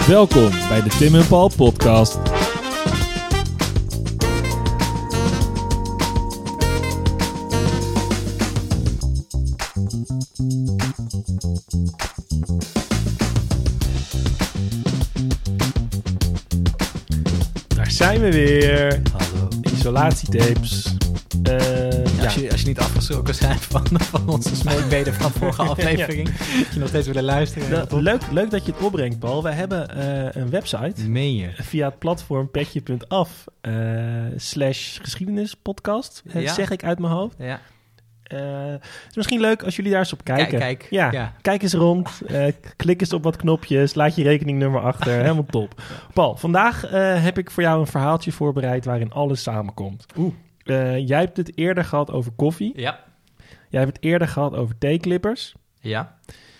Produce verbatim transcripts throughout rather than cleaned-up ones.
Welkom bij de Tim en Paul podcast. Daar zijn we weer. Hallo. Isolatietapes. Uh, ja, als, je, als je niet afgeschrokken bent van, van onze smeekbeden van de vorige aflevering, ja. Dat je nog steeds willen luisteren. Nou, leuk, leuk dat je het opbrengt, Paul. Wij hebben uh, een website. Meen je? Via het platform petje punt af uh, slash geschiedenispodcast, ja. Zeg ik uit mijn hoofd. Ja. Uh, het is misschien leuk als jullie daar eens op kijken. Kijk, kijk. Ja, ja. Kijk eens rond, uh, klik eens op wat knopjes, laat je rekeningnummer achter. Helemaal top. Paul, vandaag uh, heb ik voor jou een verhaaltje voorbereid waarin alles samenkomt. Oeh. Uh, jij hebt het eerder gehad over koffie. Ja. Jij hebt het eerder gehad over theeklippers. Ja.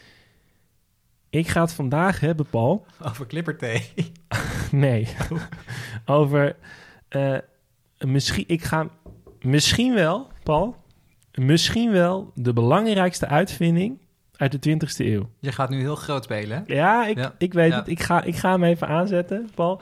Ik ga het vandaag hebben, Paul. Over klipperthee. Nee. Over... Uh, misschien, ik ga... Misschien wel, Paul... Misschien wel de belangrijkste uitvinding uit de twintigste eeuw. Je gaat nu heel groot spelen, hè? Ja, ik, ja. ik weet ja. het. Ik ga, ik ga hem even aanzetten, Paul.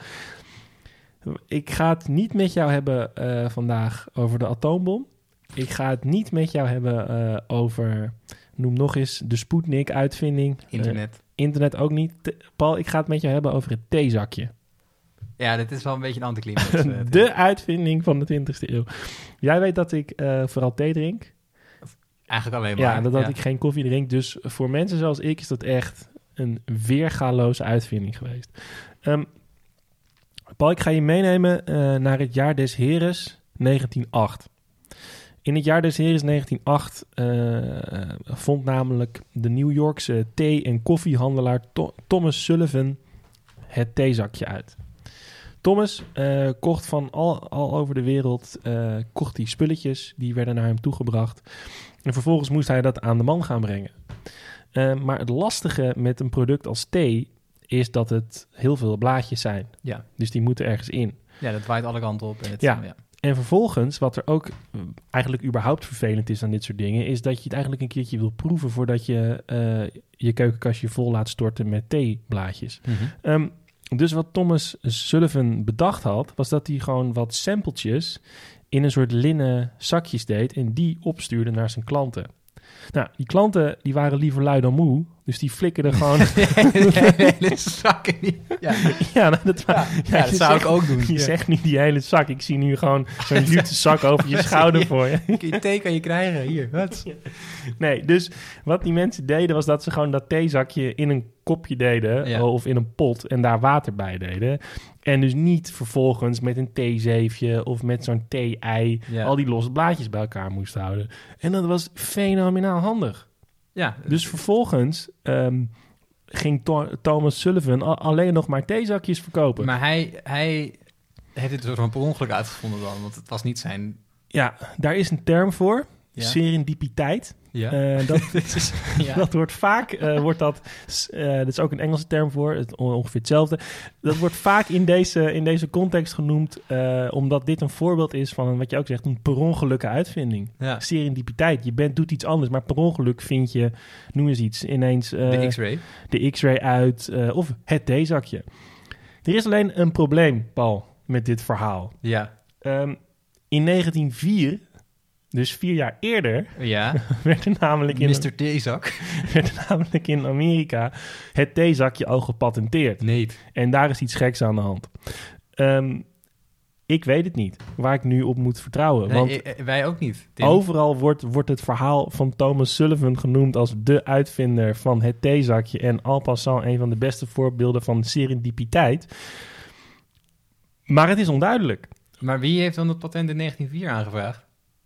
Ik ga het niet met jou hebben uh, vandaag over de atoombom. Ik ga het niet met jou hebben uh, over, noem nog eens, de Sputnik-uitvinding. Internet. Uh, internet ook niet. Te, Paul, ik ga het met jou hebben over het theezakje. Ja, dit is wel een beetje een anticlimax. Uh, de uitvinding van de twintigste eeuw. Jij weet dat ik uh, vooral thee drink. Eigenlijk alleen maar. Ja, dat, dat ja. ik geen koffie drink. Dus voor mensen zoals ik is dat echt een weergaloze uitvinding geweest. Um, Paul, ik ga je meenemen uh, naar het jaar des Heres negentien nul acht. In het jaar des Heres negentien nul acht uh, vond namelijk de New Yorkse thee- en koffiehandelaar to- Thomas Sullivan het theezakje uit. Thomas uh, kocht van al, al over de wereld uh, kocht die spulletjes. Die werden naar hem toegebracht. En vervolgens moest hij dat aan de man gaan brengen. Uh, maar het lastige met een product als thee is dat het heel veel blaadjes zijn. Ja. Dus die moeten ergens in. Ja, dat waait alle kanten op. En het, ja. ja. En vervolgens, wat er ook eigenlijk überhaupt vervelend is aan dit soort dingen, is dat je het eigenlijk een keertje wil proeven voordat je uh, je keukenkastje vol laat storten met theeblaadjes. Mm-hmm. Um, dus wat Thomas Sullivan bedacht had, was dat hij gewoon wat sampletjes in een soort linnen zakjes deed en die opstuurde naar zijn klanten. Nou, die klanten die waren liever lui dan moe, dus die flikkerden gewoon... de hele zak in die... Ja, ja, nou, dat, ja, ja, ja, dat zou zegt, ik ook doen. Je ja. zegt niet die hele zak. Ik zie nu gewoon zo'n jute zak over je schouder voor je. Thee kan je krijgen, hier. Wat? Nee, dus wat die mensen deden was dat ze gewoon dat theezakje in een kopje deden, ja. of in een pot en daar water bij deden. En dus niet vervolgens met een theezeefje of met zo'n thee-ei ja. al die losse blaadjes bij elkaar moest houden. En dat was fenomenaal handig. Ja. Dus vervolgens um, ging to- Thomas Sullivan a- alleen nog maar theezakjes verkopen. Maar hij, hij heeft het soort van per ongeluk uitgevonden dan, want het was niet zijn... Ja, daar is een term voor. Ja. Serendipiteit. Ja. Uh, dat, is, ja. dat wordt vaak, uh, wordt dat, uh, dat is ook een Engelse term voor, het, ongeveer hetzelfde. Dat wordt vaak in deze, in deze context genoemd, uh, omdat dit een voorbeeld is van, wat je ook zegt, een per ongelukke uitvinding. Ja. Serendipiteit. Je bent, doet iets anders, maar per ongeluk vind je, noem eens iets, ineens uh, de X-ray. De X-ray uit, uh, of het theezakje. Er is alleen een probleem, Paul, met dit verhaal. Ja. Um, in negentien nul vier... Dus vier jaar eerder ja. werd er namelijk in... mister Theezak. werd er namelijk in Amerika het theezakje al gepatenteerd. Nee. En daar is iets geks aan de hand. Um, ik weet het niet, waar ik nu op moet vertrouwen. Nee, want i- wij ook niet, Tim. Overal wordt, wordt het verhaal van Thomas Sullivan genoemd als de uitvinder van het theezakje. En en passant een van de beste voorbeelden van serendipiteit. Maar het is onduidelijk. Maar wie heeft dan het patent in negentien nul vier aangevraagd?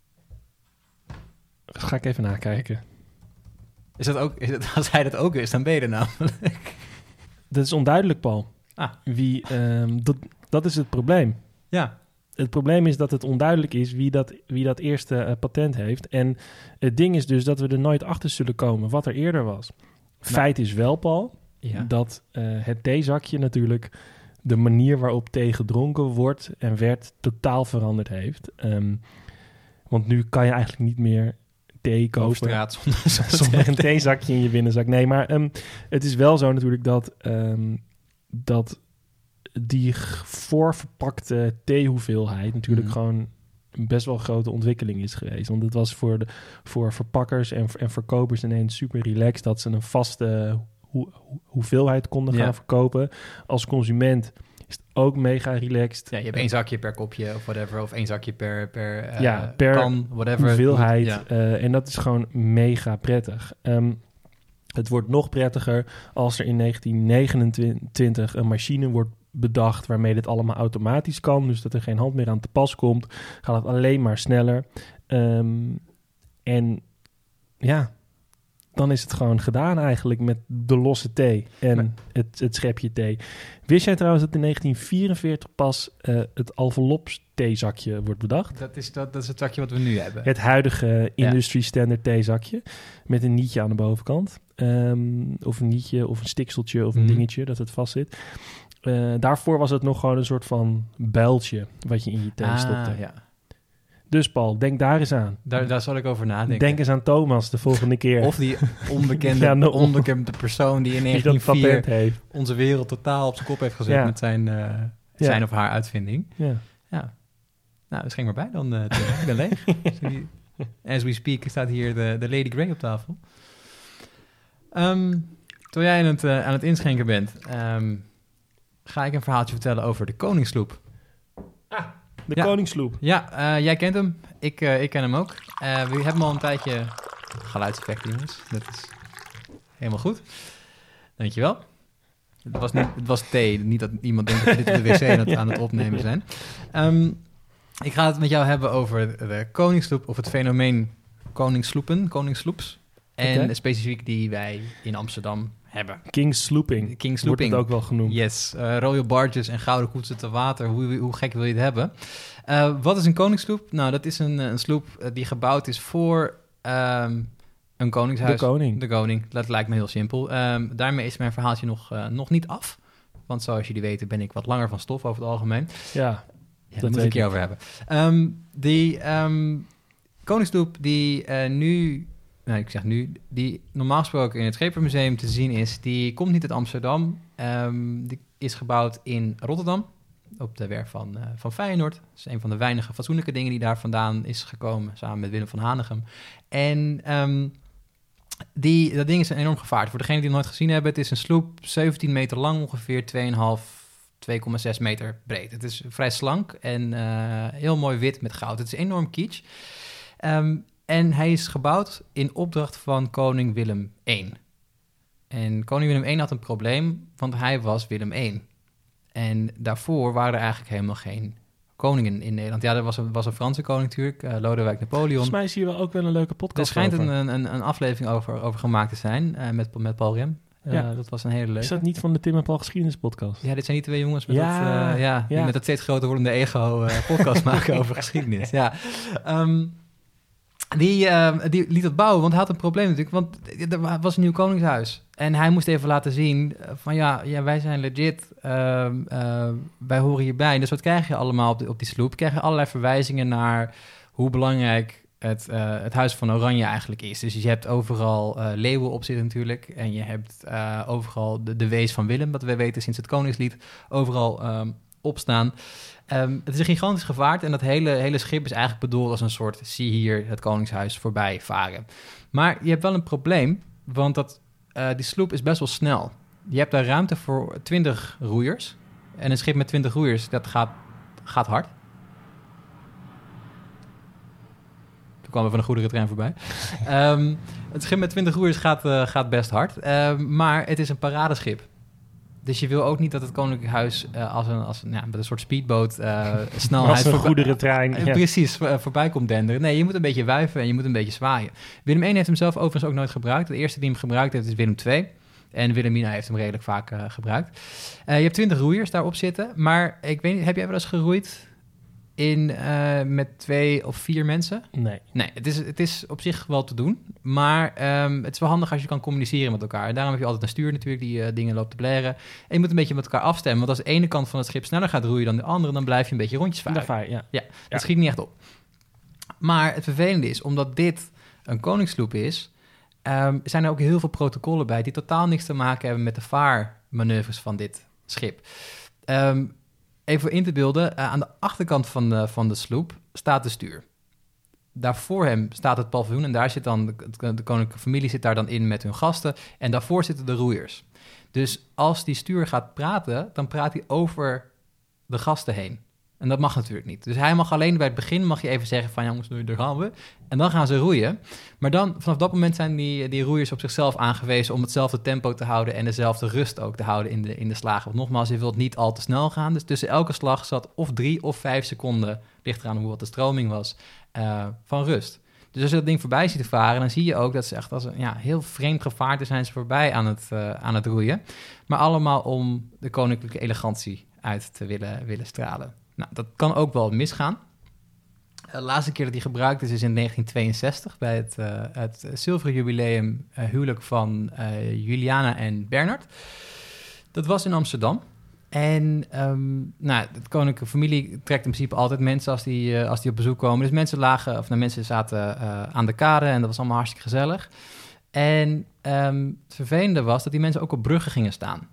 Dat ga ik even nakijken. Is dat ook, is dat, als hij dat ook is, dan ben je er namelijk. Dat is onduidelijk, Paul. Ah. Wie, um, dat, dat is het probleem. Ja. Het probleem is dat het onduidelijk is wie dat, wie dat eerste uh, patent heeft. En het ding is dus dat we er nooit achter zullen komen wat er eerder was. Nou. Feit is wel, Paul, ja. dat uh, het theezakje natuurlijk de manier waarop thee gedronken wordt en werd totaal veranderd heeft. Um, want nu kan je eigenlijk niet meer thee kopen. Over straat zonder, zonder een theezakje in je binnenzak. Nee, maar um, het is wel zo natuurlijk dat um, dat die g- voorverpakte theehoeveelheid natuurlijk Mhm. gewoon een best wel grote ontwikkeling is geweest. Want het was voor, de, voor verpakkers en, en verkopers ineens super relaxed dat ze een vaste hoe, hoe- hoeveelheid konden gaan Ja. verkopen. Als consument is het ook mega relaxed. Ja, je hebt één zakje per kopje of whatever. Of één zakje per, per, eh, Ja, per kan, whatever. hoeveelheid. Ja. eh, en dat is gewoon mega prettig. Ehm, het wordt nog prettiger als er in negentien negenentwintig een machine wordt bedacht waarmee dit allemaal automatisch kan. Dus dat er geen hand meer aan te pas komt. Gaat het alleen maar sneller. Ehm, en ja, dan is het gewoon gedaan eigenlijk met de losse thee en Maar- het, het schepje thee. Wist jij trouwens dat in negentien vierenveertig pas uh, het Alvelops theezakje wordt bedacht? Dat is, dat, dat is het zakje wat we nu hebben. Het huidige industry standard theezakje met een nietje aan de bovenkant. Um, of een nietje of een stikseltje of een Mhm. dingetje dat het vast zit. Uh, daarvoor was het nog gewoon een soort van builtje wat je in je thee ah, stopte. ja. Dus Paul, denk daar eens aan. Daar, daar zal ik over nadenken. Denk eens aan Thomas de volgende keer. Of die onbekende, Ja, no- onbekende persoon die in die dat negentien nul vier patent heeft. onze wereld totaal op zijn kop heeft gezet Ja. met zijn, uh, Ja. zijn of haar uitvinding. Ja. Ja. Nou, dus schenk maar bij dan. Uh, ik ben leeg. Dus die- As we speak staat hier de, de Lady Grey op tafel. Um, terwijl jij aan het, uh, aan het inschenken bent, um, ga ik een verhaaltje vertellen over de Koningssloep. De Ja. Koningssloep. Ja, uh, jij kent hem. Ik, uh, ik ken hem ook. Uh, we hebben hem al een tijdje... Geluidseffecten, jongens. Dat is helemaal goed. Dankjewel. Het was, niet, het was thee. Niet dat iemand denkt dat we dit op de wc aan het, aan het opnemen zijn. Um, ik ga het met jou hebben over de Koningssloep... of het fenomeen Koningssloepen, Koningssloeps. En Okay. specifiek die wij in Amsterdam hebben. King Slooping. King Wordt Slooping. het ook wel genoemd. Yes, uh, royal barges en gouden koetsen te water. Hoe, hoe gek wil je het hebben? Uh, wat is een koningssloep? Nou, dat is een, een sloep uh, die gebouwd is voor um, een koningshuis. De koning. De koning, dat lijkt me heel simpel. Um, daarmee is mijn verhaaltje nog, uh, nog niet af. Want zoals jullie weten ben ik wat langer van stof over het algemeen. Ja, ja, daar moet ik een keer over hebben. Um, die um, koningssloep die uh, nu... Nou, ik zeg nu, die normaal gesproken in het Scheepvaartmuseum te zien is, die komt niet uit Amsterdam. Um, die is gebouwd in Rotterdam, op de werf van, uh, van Feyenoord. Dat is een van de weinige fatsoenlijke dingen die daar vandaan is gekomen, samen met Willem van Hanegem. En um, die, dat ding is enorm gevaarlijk. Voor degenen die het nooit gezien hebben, het is een sloep, zeventien meter lang, ongeveer twee komma vijf, twee komma zes meter breed. Het is vrij slank en uh, heel mooi wit met goud. Het is enorm kitsch. Um, En hij is gebouwd in opdracht van koning Willem de Eerste. En koning Willem de Eerste had een probleem, want hij was Willem de Eerste. En daarvoor waren er eigenlijk helemaal geen koningen in Nederland. Ja, er was een, was een Franse koning natuurlijk, uh, Lodewijk Napoleon. Volgens mij is hier wel ook wel een leuke podcast Er schijnt over. een, een, een aflevering over, over gemaakt te zijn uh, met, met Paul Rem. Uh, Ja. Dat was een hele leuke. Is dat niet van de Tim en Paul geschiedenispodcast? Ja, dit zijn die twee jongens met, Ja, dat, uh, ja, die ja. met dat steeds groter wordende ego uh, podcast maken over geschiedenis. Ja. Um, Die, uh, die liet dat bouwen, want hij had een probleem natuurlijk. Want er was een nieuw koningshuis. En hij moest even laten zien van ja, ja wij zijn legit. Uh, uh, wij horen hierbij. Dus wat krijg je allemaal op, de, op die sloep? Krijg je allerlei verwijzingen naar hoe belangrijk het, uh, het Huis van Oranje eigenlijk is. Dus je hebt overal uh, leeuwen op zitten natuurlijk. En je hebt uh, overal de, de wees van Willem, wat we weten sinds het Koningslied, overal um, opstaan. Um, het is een gigantisch gevaart en dat hele, hele schip is eigenlijk bedoeld als een soort zie hier het koningshuis voorbij varen. Maar je hebt wel een probleem, want dat, uh, die sloep is best wel snel. Je hebt daar ruimte voor twintig roeiers en een schip met twintig roeiers, dat gaat, gaat hard. Toen kwam er van een goederentrein voorbij. um, het schip met twintig roeiers gaat, uh, gaat best hard, uh, maar het is een paradeschip. Dus je wil ook niet dat het Koninklijk Huis uh, als, een, als een, ja, met een soort speedboot uh, snelheid... Als een voorbij- goederentrein. Uh, Ja. Precies, voor, uh, voorbij komt denderen. Nee, je moet een beetje wuiven en je moet een beetje zwaaien. Willem de Eerste heeft hem zelf overigens ook nooit gebruikt. De eerste die hem gebruikt heeft is Willem de Tweede. En Wilhelmina heeft hem redelijk vaak uh, gebruikt. Uh, je hebt twintig roeiers daarop zitten. Maar ik weet niet, heb jij wel eens geroeid in, uh, met twee of vier mensen? Nee. Nee, het is, het is op zich wel te doen. Maar um, het is wel handig als je kan communiceren met elkaar. En daarom heb je altijd een stuur natuurlijk die uh, dingen loopt te blaren. En je moet een beetje met elkaar afstemmen. Want als de ene kant van het schip sneller gaat roeien dan de andere, dan blijf je een beetje rondjes varen. Daar vaar je, ja. Ja, dat Ja. schiet niet echt op. Maar het vervelende is, omdat dit een koningssloep is, um, zijn er ook heel veel protocollen bij die totaal niks te maken hebben met de vaarmanoeuvres van dit schip. Um, even voor in te beelden, uh, aan de achterkant van de, van de sloep staat de stuur. Daarvoor hem staat het paviljoen en daar zit dan de, de koninklijke familie zit daar dan in met hun gasten. En daarvoor zitten de roeiers. Dus als die stuur gaat praten, dan praat hij over de gasten heen. En dat mag natuurlijk niet. Dus hij mag alleen bij het begin mag je even zeggen van jongens, daar gaan we. En dan gaan ze roeien. Maar dan, vanaf dat moment zijn die, die roeiers op zichzelf aangewezen om hetzelfde tempo te houden en dezelfde rust ook te houden in de, in de slagen. Want nogmaals, je wilt niet al te snel gaan. Dus tussen elke slag zat of drie of vijf seconden, ligt eraan hoe wat de stroming was, uh, van rust. Dus als je dat ding voorbij ziet varen, dan zie je ook dat ze echt als een ja, heel vreemd gevaarte zijn ze voorbij aan het, uh, aan het roeien. Maar allemaal om de koninklijke elegantie uit te willen, willen stralen. Nou, dat kan ook wel misgaan. De laatste keer dat die gebruikt is, is in negentien tweeënzestig... bij het, uh, het zilveren jubileum uh, huwelijk van uh, Juliana en Bernard. Dat was in Amsterdam. En um, nou, de koninklijke familie trekt in principe altijd mensen als die, uh, als die op bezoek komen. Dus mensen lagen, of nou, mensen zaten uh, aan de kade en dat was allemaal hartstikke gezellig. En um, het vervelende was dat die mensen ook op bruggen gingen staan.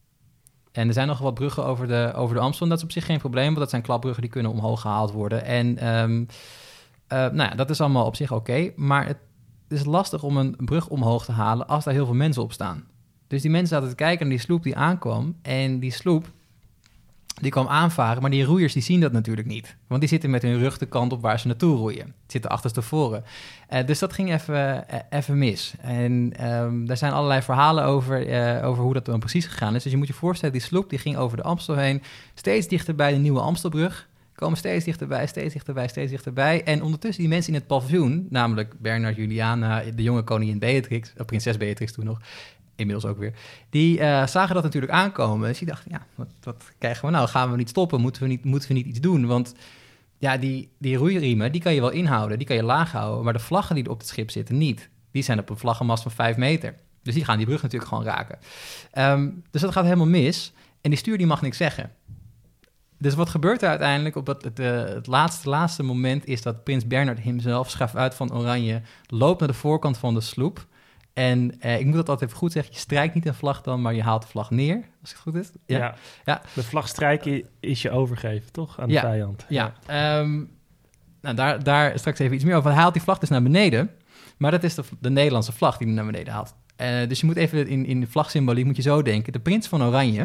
En er zijn nog wat bruggen over de, over de Amstel. En dat is op zich geen probleem, want dat zijn klapbruggen die kunnen omhoog gehaald worden. En um, uh, nou ja, dat is allemaal op zich oké. Okay, maar het is lastig om een brug omhoog te halen als daar heel veel mensen op staan. Dus die mensen zaten te kijken naar die sloep die aankwam. En die sloep, die kwam aanvaren, maar die roeiers die zien dat natuurlijk niet. Want die zitten met hun rug de kant op waar ze naartoe roeien. Die zitten achterstevoren. Uh, dus dat ging even, uh, even mis. En um, daar zijn allerlei verhalen over, uh, over hoe dat dan precies gegaan is. Dus je moet je voorstellen, die sloep die ging over de Amstel heen. Steeds dichter bij de nieuwe Amstelbrug. Komen steeds dichterbij, steeds dichterbij, steeds dichterbij. En ondertussen die mensen in het paviljoen, namelijk Bernard, Juliana, de jonge koningin Beatrix, of prinses Beatrix toen nog, inmiddels ook weer, die uh, zagen dat natuurlijk aankomen. Dus die dachten, ja, wat, wat krijgen we nou? Gaan we niet stoppen? Moeten we niet, moeten we niet iets doen? Want ja, die, die roeiriemen, die kan je wel inhouden, die kan je laag houden, maar de vlaggen die op het schip zitten niet. Die zijn op een vlaggenmast van vijf meter. Dus die gaan die brug natuurlijk gewoon raken. Um, dus dat gaat helemaal mis. En die stuur die mag niks zeggen. Dus wat gebeurt er uiteindelijk op het, het, het laatste, laatste moment is dat prins Bernard hemzelf, schafuit van Oranje, loopt naar de voorkant van de sloep. En eh, ik moet dat altijd even goed zeggen, je strijkt niet een vlag dan, maar je haalt de vlag neer, als het goed is. Ja, ja. ja. De vlag strijken is je overgeven, toch? Aan de ja. vijand. Ja, ja. Um, nou, daar, daar straks even iets meer over. Hij haalt die vlag dus naar beneden, maar dat is de, de Nederlandse vlag die hij naar beneden haalt. Uh, dus je moet even in, in de vlagsymboliek moet je zo denken. De prins van Oranje,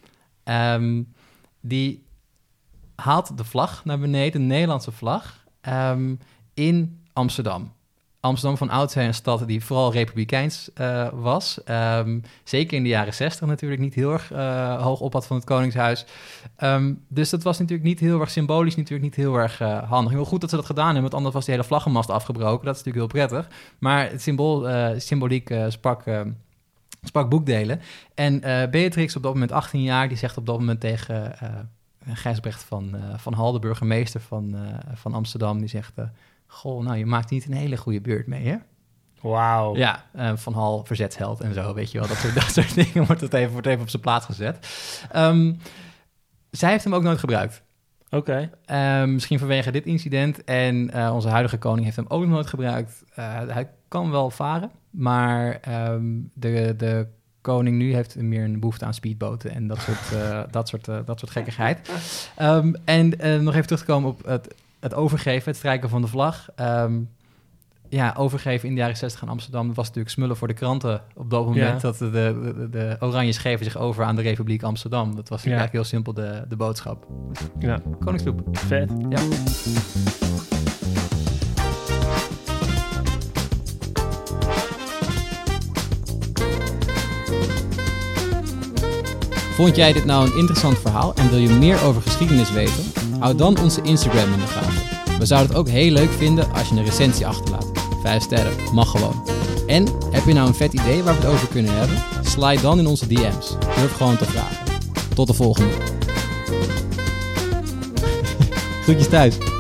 um, die haalt de vlag naar beneden, de Nederlandse vlag, um, in Amsterdam. Amsterdam van oudsher een stad die vooral republikeins uh, was. Um, zeker in de jaren zestig natuurlijk niet heel erg uh, hoog op had van het Koningshuis. Um, dus dat was natuurlijk niet heel erg symbolisch, natuurlijk niet heel erg uh, handig. Heel goed dat ze dat gedaan hebben, want anders was die hele vlaggenmast afgebroken. Dat is natuurlijk heel prettig. Maar het symbool, uh, symboliek uh, sprak, uh, sprak boekdelen. En uh, Beatrix, op dat moment achttien jaar, die zegt op dat moment tegen uh, Gijsbrecht van, uh, van Hal, de burgemeester van, uh, van Amsterdam, die zegt, Uh, goh, nou, je maakt niet een hele goede beurt mee, hè? Wauw. Ja, uh, Van Hal, verzetsheld en zo, weet je wel. Dat soort, dat soort dingen wordt, het even, wordt even op zijn plaats gezet. Um, zij heeft hem ook nooit gebruikt. Oké. Okay. Uh, misschien vanwege dit incident. En uh, onze huidige koning heeft hem ook nooit gebruikt. Uh, hij kan wel varen, maar um, de, de koning nu heeft meer een behoefte aan speedboten en dat soort, uh, dat soort, uh, dat soort gekkigheid. Um, en uh, nog even terug te komen op het, het overgeven, het strijken van de vlag. Um, ja, overgeven in de jaren zestig in Amsterdam, dat was natuurlijk smullen voor de kranten op dat moment. Ja. Dat de, de, de, de Oranjes geven zich over aan de Republiek Amsterdam. Dat was ja. eigenlijk heel simpel de, de boodschap. Ja. Koningsloep. Vet. Ja. Vond jij dit nou een interessant verhaal en wil je meer over geschiedenis weten? Houd dan onze Instagram in de gaten. We zouden het ook heel leuk vinden als je een recensie achterlaat. Vijf sterren, mag gewoon. En heb je nou een vet idee waar we het over kunnen hebben? Slide dan in onze D M's. Durf gewoon te vragen. Tot de volgende. Groetjes thuis.